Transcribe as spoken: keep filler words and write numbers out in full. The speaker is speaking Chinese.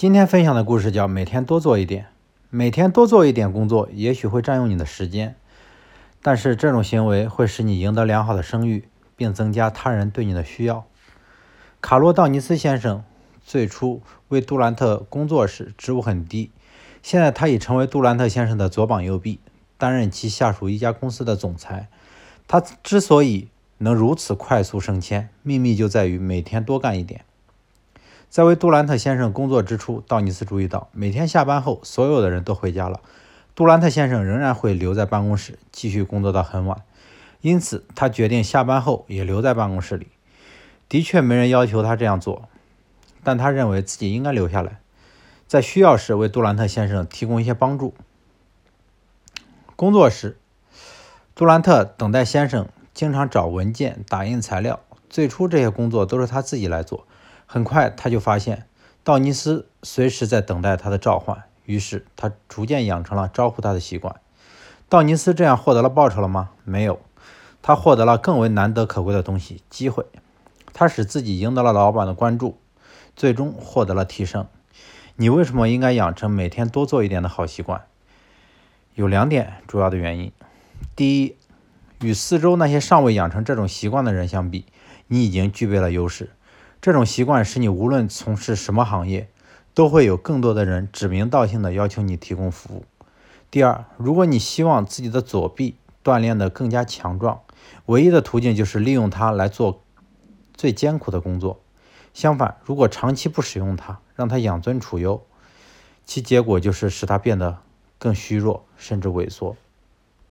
今天分享的故事叫每天多做一点。每天多做一点工作，也许会占用你的时间，但是这种行为会使你赢得良好的声誉，并增加他人对你的需要。卡洛·道尼斯先生最初为杜兰特工作时职务很低，现在他已成为杜兰特先生的左膀右臂，担任其下属一家公司的总裁。他之所以能如此快速升迁，秘密就在于每天多干一点。在为杜兰特先生工作之初，道尼斯注意到，每天下班后，所有的人都回家了，杜兰特先生仍然会留在办公室继续工作到很晚。因此，他决定下班后也留在办公室里。的确，没人要求他这样做，但他认为自己应该留下来，在需要时为杜兰特先生提供一些帮助。工作时，杜兰特等待先生经常找文件、打印材料，最初这些工作都是他自己来做。很快他就发现道尼斯随时在等待他的召唤，于是他逐渐养成了招呼他的习惯。道尼斯这样获得了报酬了吗？没有，他获得了更为难得可贵的东西——机会。他使自己赢得了老板的关注，最终获得了提升。你为什么应该养成每天多做一点的好习惯？有两点主要的原因。第一，与四周那些尚未养成这种习惯的人相比，你已经具备了优势。这种习惯使你无论从事什么行业，都会有更多的人指名道姓地要求你提供服务。第二，如果你希望自己的左臂锻炼得更加强壮，唯一的途径就是利用它来做最艰苦的工作。相反，如果长期不使用它，让它养尊处优，其结果就是使它变得更虚弱，甚至萎缩。